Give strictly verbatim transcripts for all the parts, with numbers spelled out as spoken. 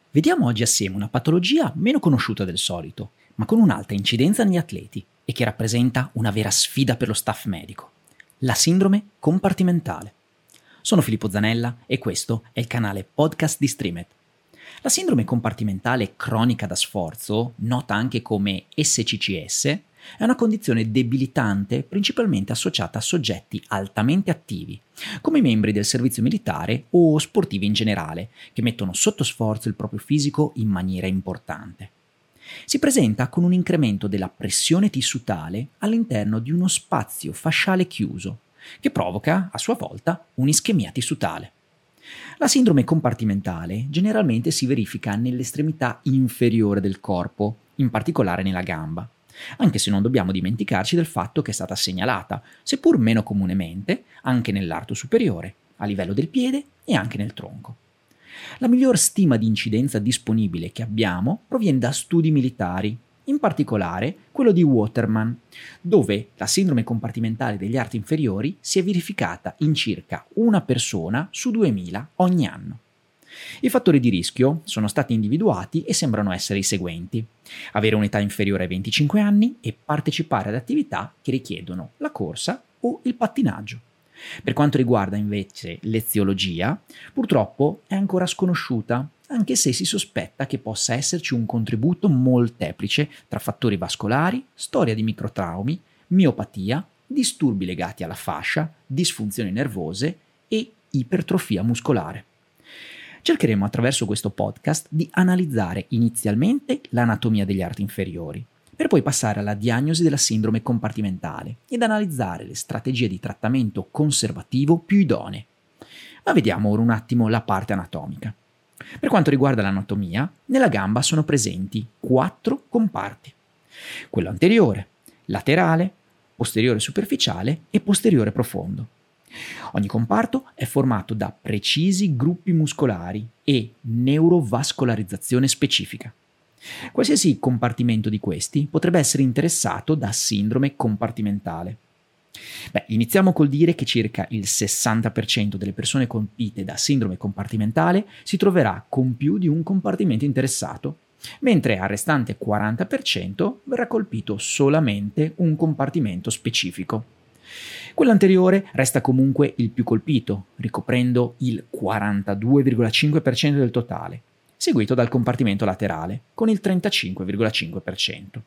Vediamo oggi assieme una patologia meno conosciuta del solito, ma con un'alta incidenza negli atleti e che rappresenta una vera sfida per lo staff medico: la sindrome compartimentale. Sono Filippo Zanella e questo è il canale podcast di Streamed. La sindrome compartimentale cronica da sforzo, nota anche come S C C S, è una condizione debilitante principalmente associata a soggetti altamente attivi, come i membri del servizio militare o sportivi in generale, che mettono sotto sforzo il proprio fisico in maniera importante. Si presenta con un incremento della pressione tissutale all'interno di uno spazio fasciale chiuso, che provoca a sua volta un'ischemia tissutale. La sindrome compartimentale generalmente si verifica nell'estremità inferiore del corpo, in particolare nella gamba, anche se non dobbiamo dimenticarci del fatto che è stata segnalata, seppur meno comunemente, anche nell'arto superiore, a livello del piede e anche nel tronco. La miglior stima di incidenza disponibile che abbiamo proviene da studi militari, in particolare quello di Waterman, dove la sindrome compartimentale degli arti inferiori si è verificata in circa una persona su duemila ogni anno. I fattori di rischio sono stati individuati e sembrano essere i seguenti: avere un'età inferiore ai venticinque anni e partecipare ad attività che richiedono la corsa o il pattinaggio. Per quanto riguarda invece l'eziologia, purtroppo è ancora sconosciuta, anche se si sospetta che possa esserci un contributo molteplice tra fattori vascolari, storia di microtraumi, miopatia, disturbi legati alla fascia, disfunzioni nervose e ipertrofia muscolare. Cercheremo attraverso questo podcast di analizzare inizialmente l'anatomia degli arti inferiori, per poi passare alla diagnosi della sindrome compartimentale ed analizzare le strategie di trattamento conservativo più idonee. Ma vediamo ora un attimo la parte anatomica. Per quanto riguarda l'anatomia, nella gamba sono presenti quattro comparti: quello anteriore, laterale, posteriore superficiale e posteriore profondo. Ogni comparto è formato da precisi gruppi muscolari e neurovascolarizzazione specifica. Qualsiasi compartimento di questi potrebbe essere interessato da sindrome compartimentale. Beh, iniziamo col dire che circa il sessanta per cento delle persone colpite da sindrome compartimentale si troverà con più di un compartimento interessato, mentre al restante quaranta per cento verrà colpito solamente un compartimento specifico. Quello anteriore resta comunque il più colpito, ricoprendo il quarantadue virgola cinque per cento del totale, seguito dal compartimento laterale con il trentacinque virgola cinque per cento.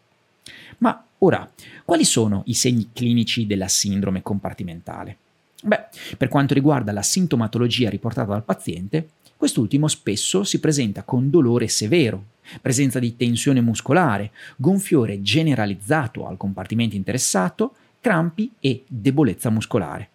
Ma ora, quali sono i segni clinici della sindrome compartimentale? Beh, per quanto riguarda la sintomatologia riportata dal paziente, quest'ultimo spesso si presenta con dolore severo, presenza di tensione muscolare, gonfiore generalizzato al compartimento interessato, crampi e debolezza muscolare.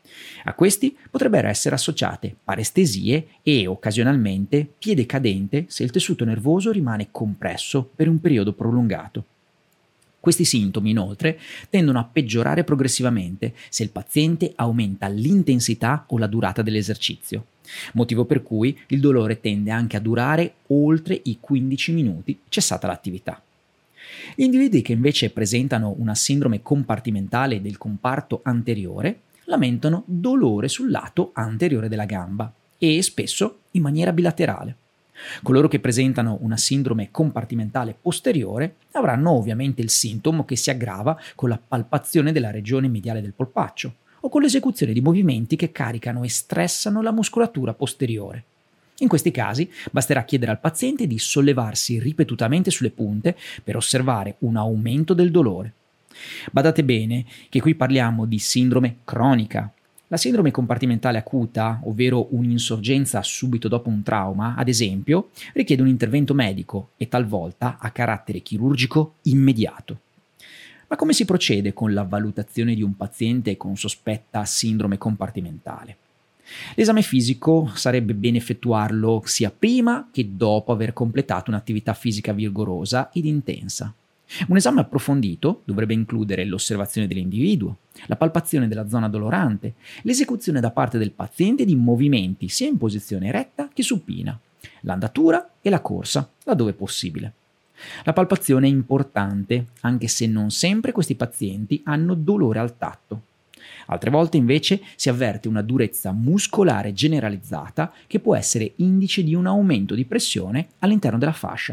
A questi potrebbero essere associate parestesie e, occasionalmente, piede cadente se il tessuto nervoso rimane compresso per un periodo prolungato. Questi sintomi, inoltre, tendono a peggiorare progressivamente se il paziente aumenta l'intensità o la durata dell'esercizio, motivo per cui il dolore tende anche a durare oltre i quindici minuti cessata l'attività. Gli individui che invece presentano una sindrome compartimentale del comparto anteriore lamentano dolore sul lato anteriore della gamba e spesso in maniera bilaterale. Coloro che presentano una sindrome compartimentale posteriore avranno ovviamente il sintomo che si aggrava con la palpazione della regione mediale del polpaccio o con l'esecuzione di movimenti che caricano e stressano la muscolatura posteriore. In questi casi basterà chiedere al paziente di sollevarsi ripetutamente sulle punte per osservare un aumento del dolore. Badate bene che qui parliamo di sindrome cronica. La sindrome compartimentale acuta, ovvero un'insorgenza subito dopo un trauma, ad esempio, richiede un intervento medico e talvolta a carattere chirurgico immediato. Ma come si procede con la valutazione di un paziente con sospetta sindrome compartimentale? L'esame fisico sarebbe bene effettuarlo sia prima che dopo aver completato un'attività fisica vigorosa ed intensa. Un esame approfondito dovrebbe includere l'osservazione dell'individuo, la palpazione della zona dolorante, l'esecuzione da parte del paziente di movimenti sia in posizione eretta che supina, l'andatura e la corsa, laddove possibile. La palpazione è importante, anche se non sempre questi pazienti hanno dolore al tatto. Altre volte invece si avverte una durezza muscolare generalizzata che può essere indice di un aumento di pressione all'interno della fascia.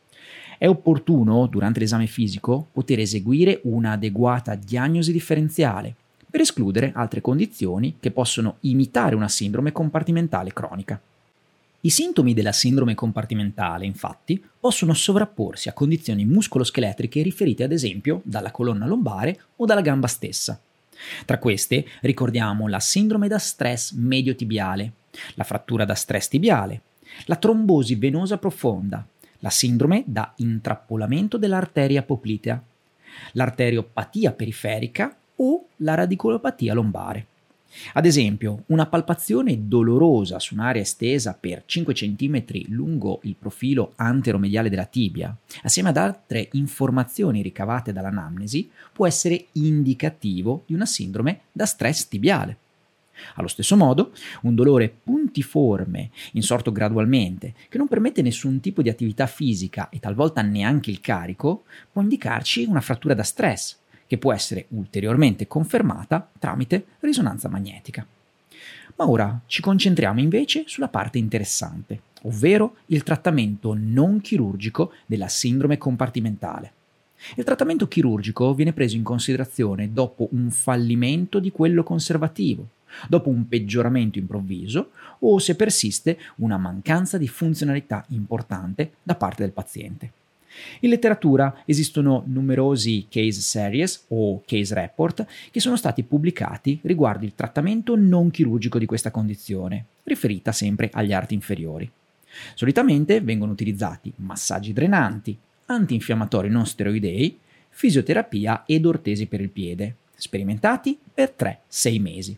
È opportuno, durante l'esame fisico, poter eseguire un'adeguata diagnosi differenziale per escludere altre condizioni che possono imitare una sindrome compartimentale cronica. I sintomi della sindrome compartimentale, infatti, possono sovrapporsi a condizioni muscoloscheletriche riferite ad esempio dalla colonna lombare o dalla gamba stessa. Tra queste ricordiamo la sindrome da stress mediotibiale, la frattura da stress tibiale, la trombosi venosa profonda, la sindrome da intrappolamento dell'arteria poplitea, l'arteriopatia periferica o la radiculopatia lombare. Ad esempio, una palpazione dolorosa su un'area estesa per cinque centimetri lungo il profilo anteromediale della tibia, assieme ad altre informazioni ricavate dall'anamnesi, può essere indicativo di una sindrome da stress tibiale. Allo stesso modo, un dolore puntiforme, insorto gradualmente, che non permette nessun tipo di attività fisica e talvolta neanche il carico, può indicarci una frattura da stress, che può essere ulteriormente confermata tramite risonanza magnetica. Ma ora ci concentriamo invece sulla parte interessante, ovvero il trattamento non chirurgico della sindrome compartimentale. Il trattamento chirurgico viene preso in considerazione dopo un fallimento di quello conservativo, dopo un peggioramento improvviso o se persiste una mancanza di funzionalità importante da parte del paziente. In letteratura esistono numerosi case series o case report che sono stati pubblicati riguardo il trattamento non chirurgico di questa condizione, riferita sempre agli arti inferiori. Solitamente vengono utilizzati massaggi drenanti, antinfiammatori non steroidei, fisioterapia ed ortesi per il piede, sperimentati per tre sei mesi.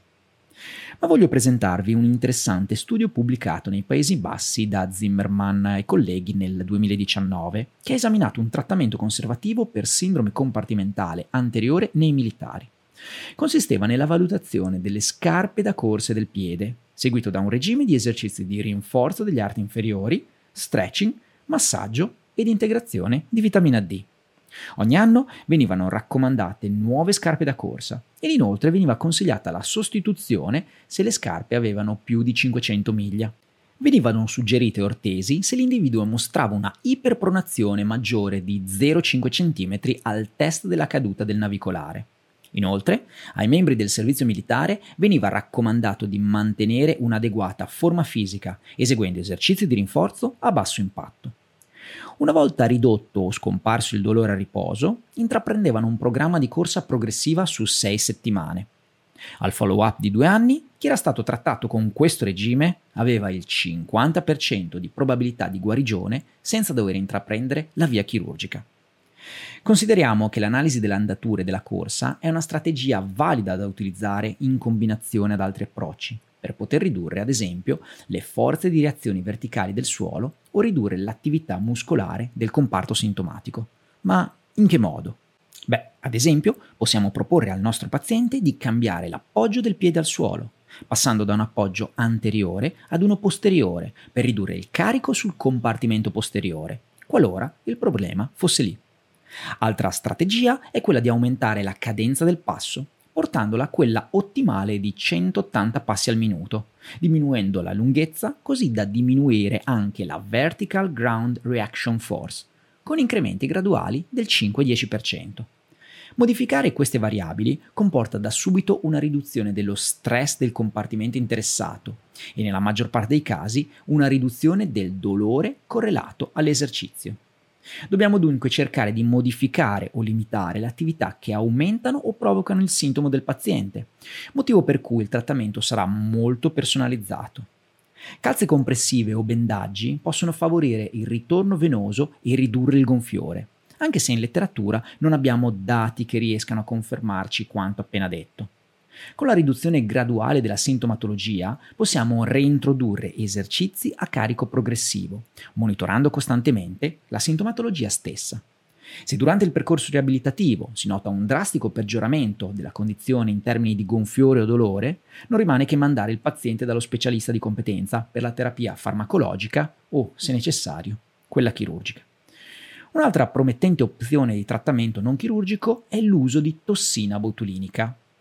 Ma voglio presentarvi un interessante studio pubblicato nei Paesi Bassi da Zimmerman e colleghi nel duemiladiciannove, che ha esaminato un trattamento conservativo per sindrome compartimentale anteriore nei militari. Consisteva nella valutazione delle scarpe da corse del piede, seguito da un regime di esercizi di rinforzo degli arti inferiori, stretching, massaggio ed integrazione di vitamina D. Ogni anno venivano raccomandate nuove scarpe da corsa ed inoltre veniva consigliata la sostituzione se le scarpe avevano più di cinquecento miglia. Venivano suggerite ortesi se l'individuo mostrava una iperpronazione maggiore di zero virgola cinque centimetri al test della caduta del navicolare. Inoltre, ai membri del servizio militare veniva raccomandato di mantenere un'adeguata forma fisica, eseguendo esercizi di rinforzo a basso impatto. Una volta ridotto o scomparso il dolore a riposo, intraprendevano un programma di corsa progressiva su sei settimane. Al follow-up di due anni, chi era stato trattato con questo regime aveva il cinquanta per cento di probabilità di guarigione senza dover intraprendere la via chirurgica. Consideriamo che l'analisi delle andature della corsa è una strategia valida da utilizzare in combinazione ad altri approcci, per poter ridurre, ad esempio, le forze di reazioni verticali del suolo o ridurre l'attività muscolare del comparto sintomatico. Ma in che modo? Beh, ad esempio, possiamo proporre al nostro paziente di cambiare l'appoggio del piede al suolo, passando da un appoggio anteriore ad uno posteriore, per ridurre il carico sul compartimento posteriore, qualora il problema fosse lì. Altra strategia è quella di aumentare la cadenza del passo, portandola a quella ottimale di centottanta passi al minuto, diminuendo la lunghezza così da diminuire anche la Vertical Ground Reaction Force, con incrementi graduali del cinque-dieci per cento. Modificare queste variabili comporta da subito una riduzione dello stress del compartimento interessato e nella maggior parte dei casi una riduzione del dolore correlato all'esercizio. Dobbiamo dunque cercare di modificare o limitare le attività che aumentano o provocano il sintomo del paziente, motivo per cui il trattamento sarà molto personalizzato. Calze compressive o bendaggi possono favorire il ritorno venoso e ridurre il gonfiore, anche se in letteratura non abbiamo dati che riescano a confermarci quanto appena detto. Con la riduzione graduale della sintomatologia possiamo reintrodurre esercizi a carico progressivo, monitorando costantemente la sintomatologia stessa. Se durante il percorso riabilitativo si nota un drastico peggioramento della condizione in termini di gonfiore o dolore, non rimane che mandare il paziente dallo specialista di competenza per la terapia farmacologica o, se necessario, quella chirurgica. Un'altra promettente opzione di trattamento non chirurgico è l'uso di tossina botulinica.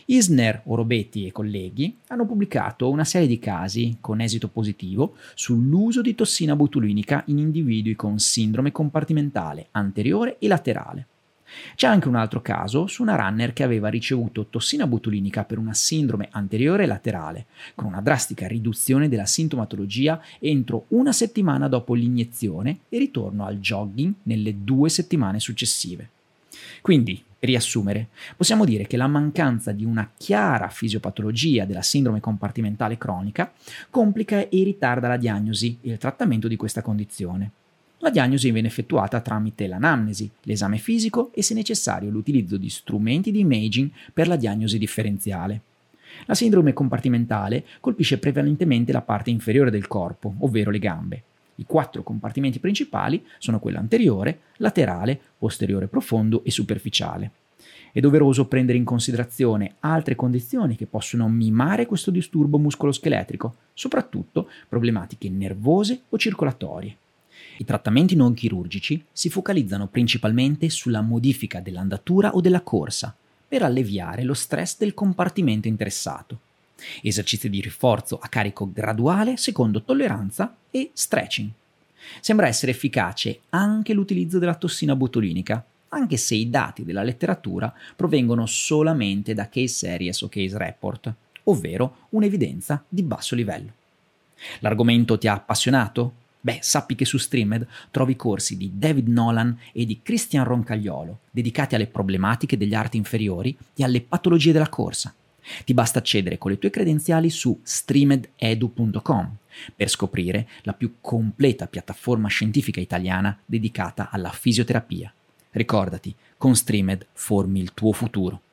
Isner, Orobetti e colleghi hanno pubblicato una serie di casi con esito positivo sull'uso di tossina botulinica in individui con sindrome compartimentale anteriore e laterale. C'è anche un altro caso su una runner che aveva ricevuto tossina botulinica per una sindrome anteriore e laterale, con una drastica riduzione della sintomatologia entro una settimana dopo l'iniezione e ritorno al jogging nelle due settimane successive. Quindi, per riassumere, possiamo dire che la mancanza di una chiara fisiopatologia della sindrome compartimentale cronica complica e ritarda la diagnosi e il trattamento di questa condizione. La diagnosi viene effettuata tramite l'anamnesi, l'esame fisico e, se necessario, l'utilizzo di strumenti di imaging per la diagnosi differenziale. La sindrome compartimentale colpisce prevalentemente la parte inferiore del corpo, ovvero le gambe. I quattro compartimenti principali sono quello anteriore, laterale, posteriore profondo e superficiale. È doveroso prendere in considerazione altre condizioni che possono mimare questo disturbo muscoloscheletrico, soprattutto problematiche nervose o circolatorie. I trattamenti non chirurgici si focalizzano principalmente sulla modifica dell'andatura o della corsa, per alleviare lo stress del compartimento interessato. Esercizi di rinforzo a carico graduale secondo tolleranza e stretching. Sembra essere efficace anche l'utilizzo della tossina botulinica, anche se i dati della letteratura provengono solamente da case series o case report, ovvero un'evidenza di basso livello. L'argomento ti ha appassionato? Beh, sappi che su Streamed trovi corsi di David Nolan e di Christian Roncagliolo, dedicati alle problematiche degli arti inferiori e alle patologie della corsa. Ti basta accedere con le tue credenziali su streamed edu punto com per scoprire la più completa piattaforma scientifica italiana dedicata alla fisioterapia. Ricordati, con Streamed formi il tuo futuro.